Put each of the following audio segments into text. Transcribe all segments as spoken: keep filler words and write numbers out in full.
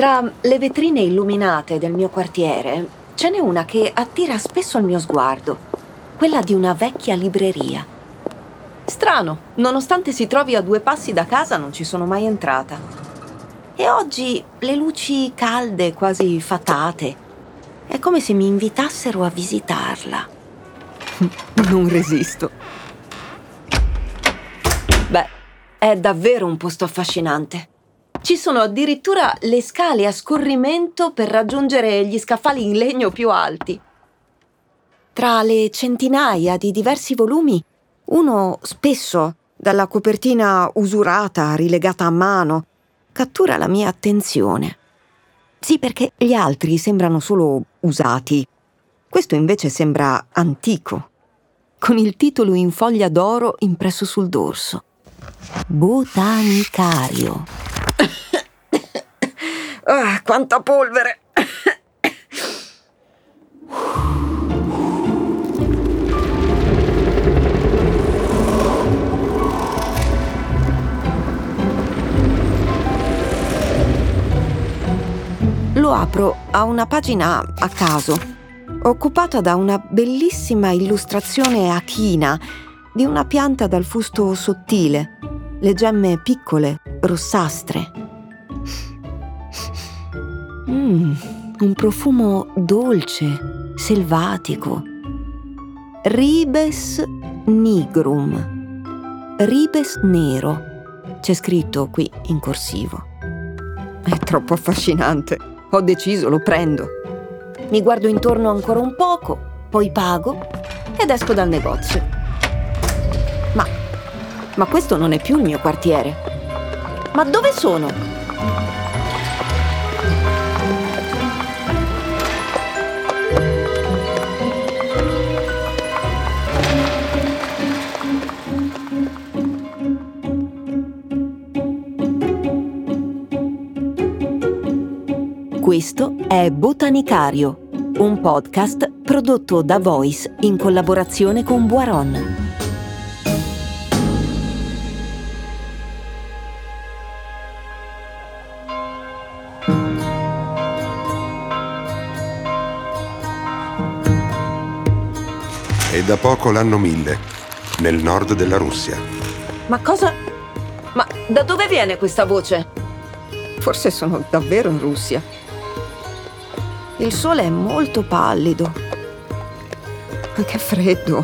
Tra le vetrine illuminate del mio quartiere ce n'è una che attira spesso il mio sguardo, quella di una vecchia libreria. Strano, nonostante si trovi a due passi da casa non ci sono mai entrata. E oggi le luci calde, quasi fatate, è come se mi invitassero a visitarla. Non resisto. Beh, è davvero un posto affascinante. Ci sono addirittura le scale a scorrimento per raggiungere gli scaffali in legno più alti. Tra le centinaia di diversi volumi, uno spesso, dalla copertina usurata, rilegata a mano, cattura la mia attenzione. Sì, perché gli altri sembrano solo usati. Questo invece sembra antico, con il titolo in foglia d'oro impresso sul dorso. Botanicario. Ah, quanta polvere! Lo apro a una pagina a caso, occupata da una bellissima illustrazione a china di una pianta dal fusto sottile, le gemme piccole, rossastre. Mm, un profumo dolce, selvatico. Ribes nigrum. Ribes nero. C'è scritto qui in corsivo. È troppo affascinante. Ho deciso, lo prendo. Mi guardo intorno ancora un poco, poi pago ed esco dal negozio. Ma, ma questo non è più il mio quartiere. Ma dove sono? Questo è Botanicario, un podcast prodotto da Voice in collaborazione con Boiron. È da poco l'anno mille, nel nord della Russia. Ma cosa? Ma da dove viene questa voce? Forse sono davvero in Russia. Il sole è molto pallido. Che freddo.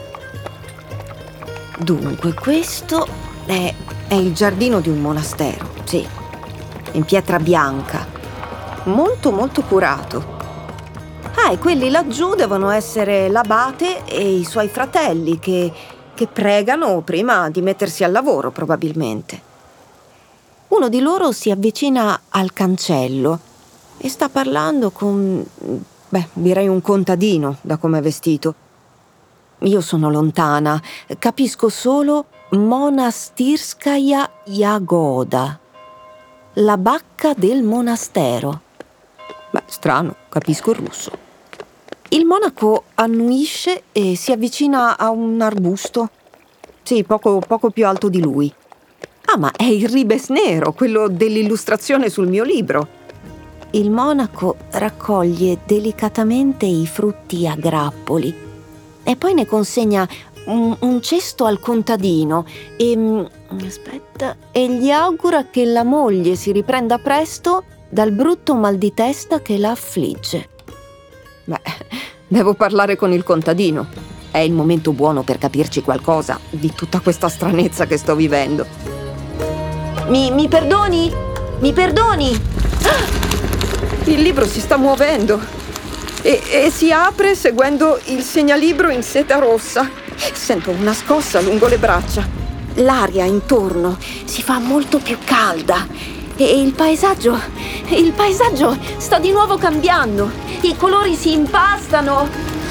Dunque, questo è, è il giardino di un monastero, sì, in pietra bianca. Molto, molto curato. Ah, e quelli laggiù devono essere l'abate e i suoi fratelli che, che pregano prima di mettersi al lavoro, probabilmente. Uno di loro si avvicina al cancello e sta parlando con, beh, direi un contadino, da come è vestito. Io sono lontana, capisco solo Monastirskaya Yagoda, la bacca del monastero. Beh, strano, capisco il russo. Il monaco annuisce e si avvicina a un arbusto. Sì, poco, poco più alto di lui. Ah, ma è il ribes nero, quello dell'illustrazione sul mio libro. Il monaco raccoglie delicatamente i frutti a grappoli e poi ne consegna un, un cesto al contadino e, aspetta, e gli augura che la moglie si riprenda presto dal brutto mal di testa che la affligge. Beh, devo parlare con il contadino. È il momento buono per capirci qualcosa di tutta questa stranezza che sto vivendo. Mi, mi perdoni? Mi perdoni? Ah! Il libro si sta muovendo e, e si apre seguendo il segnalibro in seta rossa. Sento una scossa lungo le braccia. L'aria intorno si fa molto più calda e il paesaggio, il paesaggio sta di nuovo cambiando. I colori si impastano.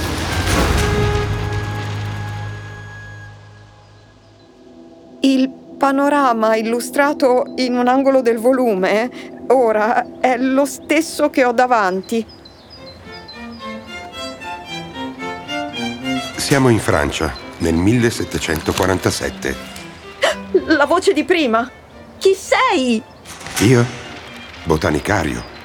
Il panorama illustrato in un angolo del volume ora è lo stesso che ho davanti. Siamo in Francia, nel millesettecentoquarantasette. La voce di prima! Chi sei? Io? Botanicario.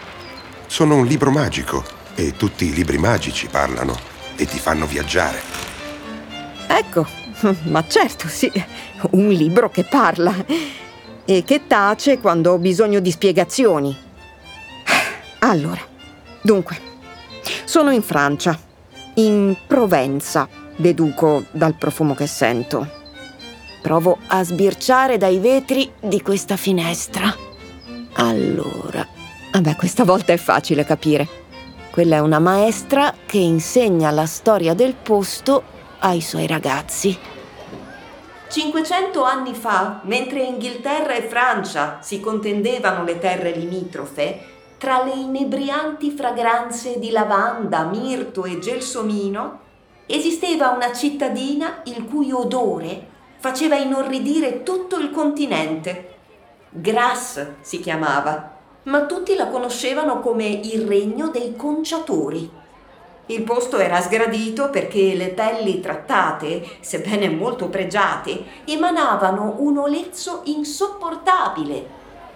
Sono un libro magico e tutti i libri magici parlano e ti fanno viaggiare. Ecco, ma certo, sì, un libro che parla e che tace quando ho bisogno di spiegazioni. Allora, dunque, sono in Francia, in Provenza, deduco dal profumo che sento. Provo a sbirciare dai vetri di questa finestra. Allora, vabbè, questa volta è facile capire. Quella è una maestra che insegna la storia del posto ai suoi ragazzi. cinquecento anni fa, mentre Inghilterra e Francia si contendevano le terre limitrofe, tra le inebrianti fragranze di lavanda, mirto e gelsomino, esisteva una cittadina il cui odore faceva inorridire tutto il continente. Grasse si chiamava, ma tutti la conoscevano come il regno dei conciatori. Il posto era sgradito perché le pelli trattate, sebbene molto pregiate, emanavano un olezzo insopportabile.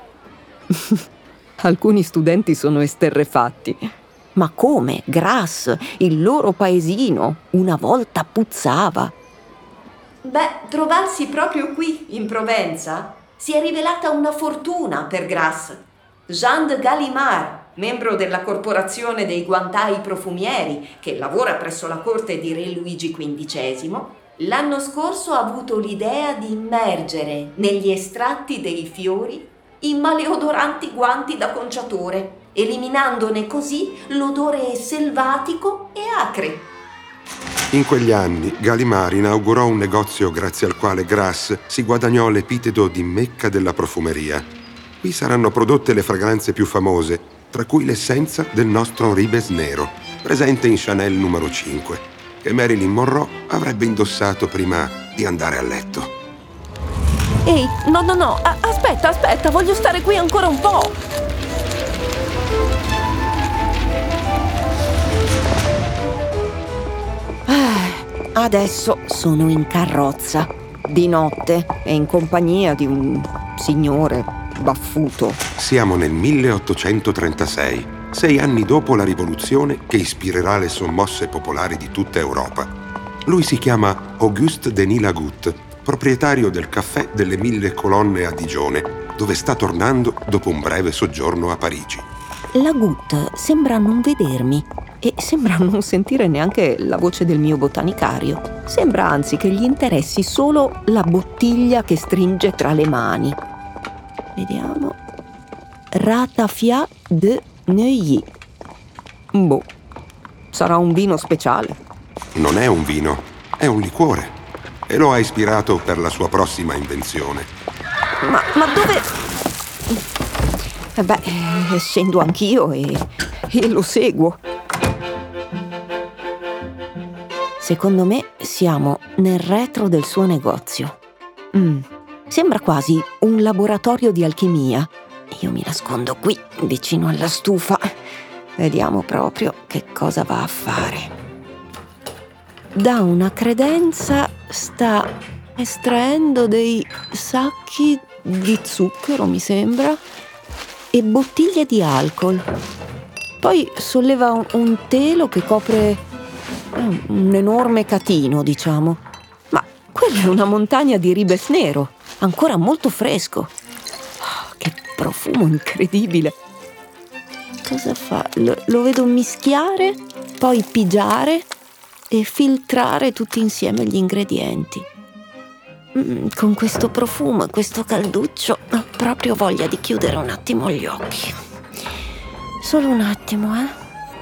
Alcuni studenti sono esterrefatti. Ma come? Grasse, il loro paesino, una volta puzzava. Beh, trovarsi proprio qui, in Provenza, si è rivelata una fortuna per Grasse. Jean de Gallimard, membro della corporazione dei guantai profumieri, che lavora presso la corte di Re Luigi quindicesimo, l'anno scorso ha avuto l'idea di immergere negli estratti dei fiori i maleodoranti guanti da conciatore, eliminandone così l'odore selvatico e acre. In quegli anni Gallimard inaugurò un negozio grazie al quale Grasse si guadagnò l'epiteto di Mecca della profumeria. Qui saranno prodotte le fragranze più famose, tra cui l'essenza del nostro Ribes nero, presente in Chanel numero cinque, che Marilyn Monroe avrebbe indossato prima di andare a letto. Ehi, no, no, no, a- aspetta, aspetta, voglio stare qui ancora un po'. Ah, adesso sono in carrozza, di notte e in compagnia di un signore baffuto. Siamo nel milleottocentotrentasei, sei anni dopo la rivoluzione che ispirerà le sommosse popolari di tutta Europa. Lui si chiama Auguste Denis Lagoutte, proprietario del caffè delle Mille Colonne a Digione, dove sta tornando dopo un breve soggiorno a Parigi. Lagoutte sembra non vedermi e sembra non sentire neanche la voce del mio botanicario. Sembra anzi che gli interessi solo la bottiglia che stringe tra le mani. Vediamo. Ratafia de Neuilly. Boh, sarà un vino speciale. Non è un vino, è un liquore. E lo ha ispirato per la sua prossima invenzione. Ma, ma dove... Eh beh, eh, scendo anch'io e, e lo seguo. Secondo me siamo nel retro del suo negozio. Mm, sembra quasi un laboratorio di alchimia. Io mi nascondo qui, vicino alla stufa. Vediamo proprio che cosa va a fare. Da una credenza sta estraendo dei sacchi di zucchero, mi sembra, e bottiglie di alcol. Poi solleva un, un telo che copre eh, un enorme catino, diciamo. Ma quella è una montagna di ribes nero, ancora molto fresco. Oh, che profumo incredibile! Cosa fa? Lo, lo vedo mischiare, poi pigiare e filtrare tutti insieme gli ingredienti. Mm, con questo profumo e questo calduccio ho proprio voglia di chiudere un attimo gli occhi. Solo un attimo, eh?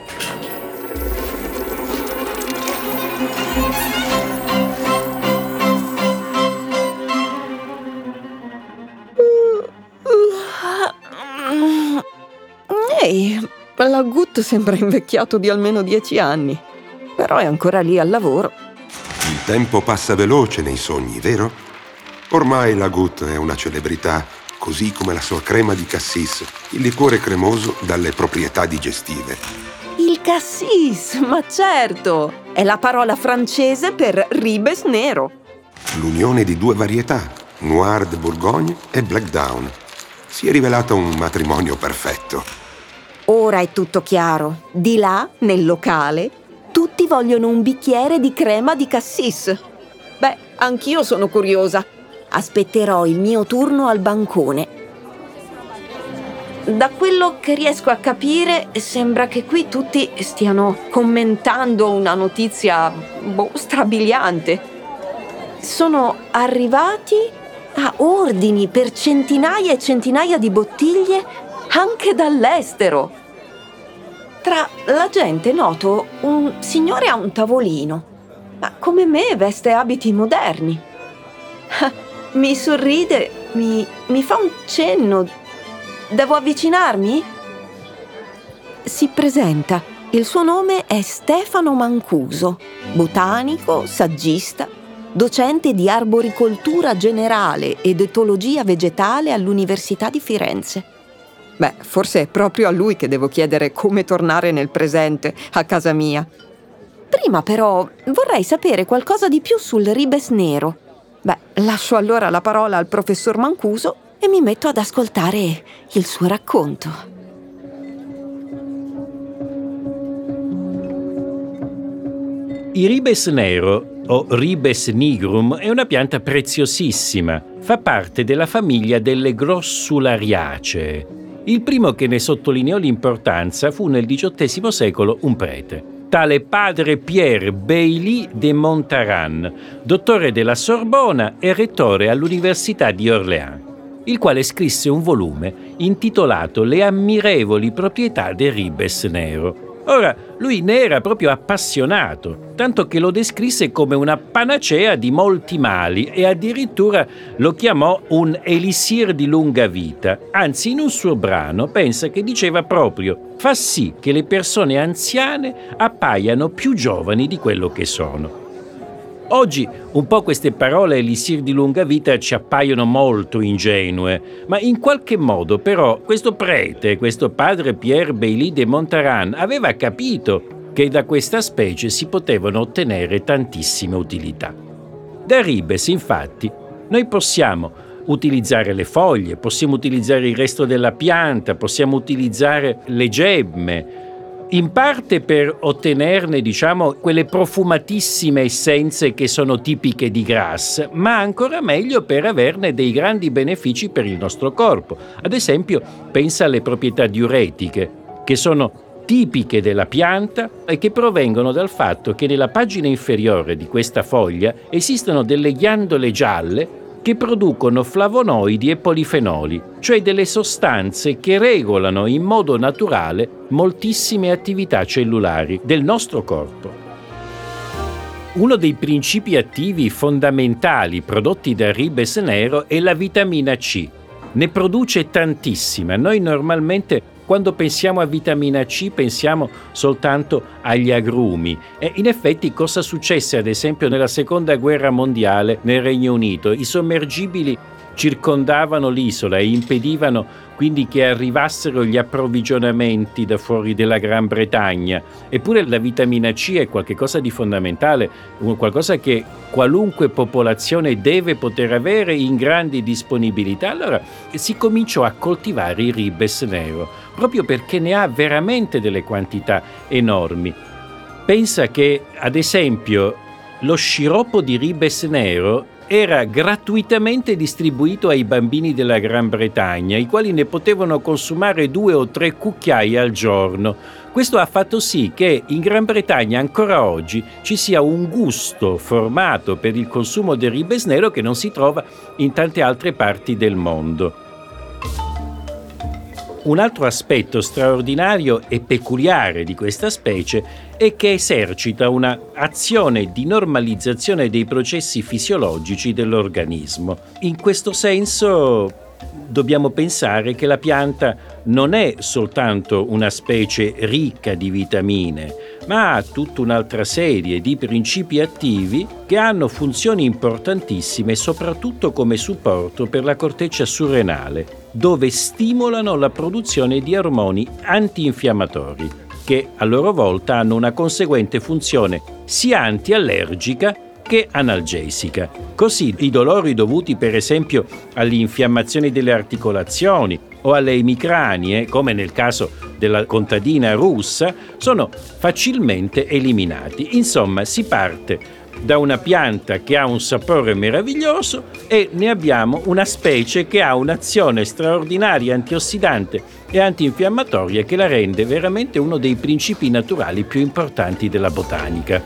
Ehi, Lagoutte sembra invecchiato di almeno dieci anni. Però è ancora lì al lavoro. Il tempo passa veloce nei sogni, vero? Ormai Lagoutte è una celebrità, così come la sua crema di cassis, il liquore cremoso dalle proprietà digestive. Il cassis, ma certo! È la parola francese per ribes nero. L'unione di due varietà, Noir de Bourgogne e Black Down, si è rivelato un matrimonio perfetto. Ora è tutto chiaro. Di là, nel locale, tutti vogliono un bicchiere di crema di cassis. Beh, anch'io sono curiosa. Aspetterò il mio turno al bancone. Da quello che riesco a capire, sembra che qui tutti stiano commentando una notizia boh, strabiliante. Sono arrivati a ordini per centinaia e centinaia di bottiglie anche dall'estero. Tra la gente noto un signore a un tavolino, ma come me veste abiti moderni. Mi sorride, mi, mi fa un cenno. Devo avvicinarmi? Si presenta. Il suo nome è Stefano Mancuso, botanico, saggista, docente di arboricoltura generale ed etologia vegetale all'Università di Firenze. Beh, forse è proprio a lui che devo chiedere come tornare nel presente a casa mia. Prima però vorrei sapere qualcosa di più sul ribes nero. Beh, lascio allora la parola al professor Mancuso e mi metto ad ascoltare il suo racconto. Il ribes nero, o Ribes nigrum, è una pianta preziosissima. Fa parte della famiglia delle grossulariacee. Il primo che ne sottolineò l'importanza fu nel diciottesimo secolo un prete, tale padre Pierre Bailly de Montaran, dottore della Sorbona e rettore all'Università di Orléans, il quale scrisse un volume intitolato Le ammirevoli proprietà del ribes nero. Ora, lui ne era proprio appassionato, tanto che lo descrisse come una panacea di molti mali e addirittura lo chiamò un elisir di lunga vita. Anzi, in un suo brano pensa che diceva proprio: fa sì che le persone anziane appaiano più giovani di quello che sono. Oggi un po' queste parole elisir di lunga vita ci appaiono molto ingenue, ma in qualche modo però questo prete, questo padre Pierre Bailly de Montaran, aveva capito che da questa specie si potevano ottenere tantissime utilità. Da ribes, infatti, noi possiamo utilizzare le foglie, possiamo utilizzare il resto della pianta, possiamo utilizzare le gemme, in parte per ottenerne, diciamo, quelle profumatissime essenze che sono tipiche di Grasse, ma ancora meglio per averne dei grandi benefici per il nostro corpo. Ad esempio, pensa alle proprietà diuretiche, che sono tipiche della pianta e che provengono dal fatto che nella pagina inferiore di questa foglia esistono delle ghiandole gialle che producono flavonoidi e polifenoli, cioè delle sostanze che regolano in modo naturale moltissime attività cellulari del nostro corpo. Uno dei principi attivi fondamentali prodotti dal ribes nero è la vitamina C. Ne produce tantissima. Noi normalmente quando pensiamo a vitamina C pensiamo soltanto agli agrumi. E in effetti cosa successe ad esempio nella seconda guerra mondiale nel Regno Unito? I sommergibili circondavano l'isola e impedivano quindi che arrivassero gli approvvigionamenti da fuori della Gran Bretagna. Eppure la vitamina C è qualcosa di fondamentale, qualcosa che qualunque popolazione deve poter avere in grandi disponibilità. Allora si cominciò a coltivare il ribes nero, proprio perché ne ha veramente delle quantità enormi. Pensa che, ad esempio, lo sciroppo di ribes nero era gratuitamente distribuito ai bambini della Gran Bretagna, i quali ne potevano consumare due o tre cucchiai al giorno. Questo ha fatto sì che in Gran Bretagna ancora oggi ci sia un gusto formato per il consumo del ribes nero che non si trova in tante altre parti del mondo. Un altro aspetto straordinario e peculiare di questa specie è che esercita una azione di normalizzazione dei processi fisiologici dell'organismo. In questo senso dobbiamo pensare che la pianta non è soltanto una specie ricca di vitamine, ma ha tutta un'altra serie di principi attivi che hanno funzioni importantissime, soprattutto come supporto per la corteccia surrenale, dove stimolano la produzione di ormoni antinfiammatori, che a loro volta hanno una conseguente funzione sia antiallergica che analgesica. Così i dolori dovuti per esempio alle infiammazioni delle articolazioni o alle emicranie, come nel caso della contadina russa sono facilmente eliminati. Insomma, si parte da una pianta che ha un sapore meraviglioso e ne abbiamo una specie che ha un'azione straordinaria antiossidante e antinfiammatoria che la rende veramente uno dei principi naturali più importanti della botanica.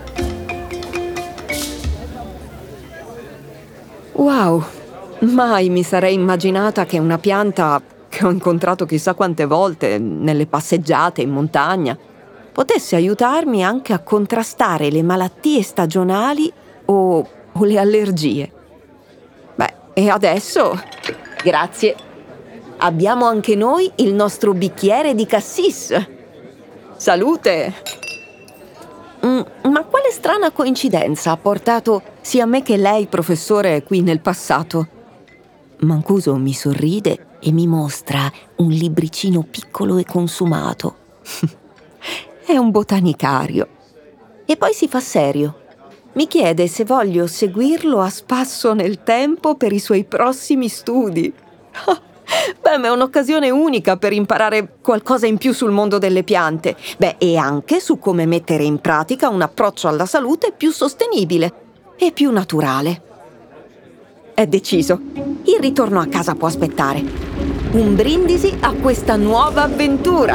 Wow, mai mi sarei immaginata che una pianta che ho incontrato chissà quante volte nelle passeggiate in montagna potesse aiutarmi anche a contrastare le malattie stagionali o, o le allergie. Beh, e adesso, grazie, abbiamo anche noi il nostro bicchiere di cassis. Salute! Mm, ma quale strana coincidenza ha portato sia me che lei, professore, qui nel passato? Mancuso mi sorride e mi mostra un libricino piccolo e consumato. È un botanicario. E poi si fa serio. Mi chiede se voglio seguirlo a spasso nel tempo per i suoi prossimi studi. Beh, ma è un'occasione unica per imparare qualcosa in più sul mondo delle piante. Beh, e anche su come mettere in pratica un approccio alla salute più sostenibile e più naturale. È deciso. Il ritorno a casa può aspettare. Un brindisi a questa nuova avventura.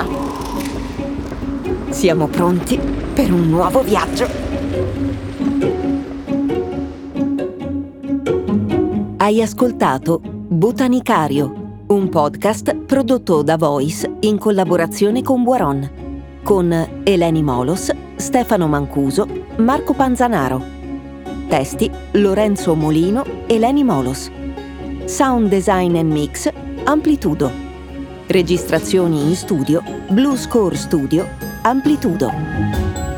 Siamo pronti per un nuovo viaggio. Hai ascoltato Botanicario, un podcast prodotto da Voice in collaborazione con Boiron, con Eleni Molos, Stefano Mancuso, Marco Panzanaro. Testi Lorenzo Molino, Eleni Molos. Sound design and mix Amplitudo. Registrazioni in studio Blue Score Studio Amplitudo.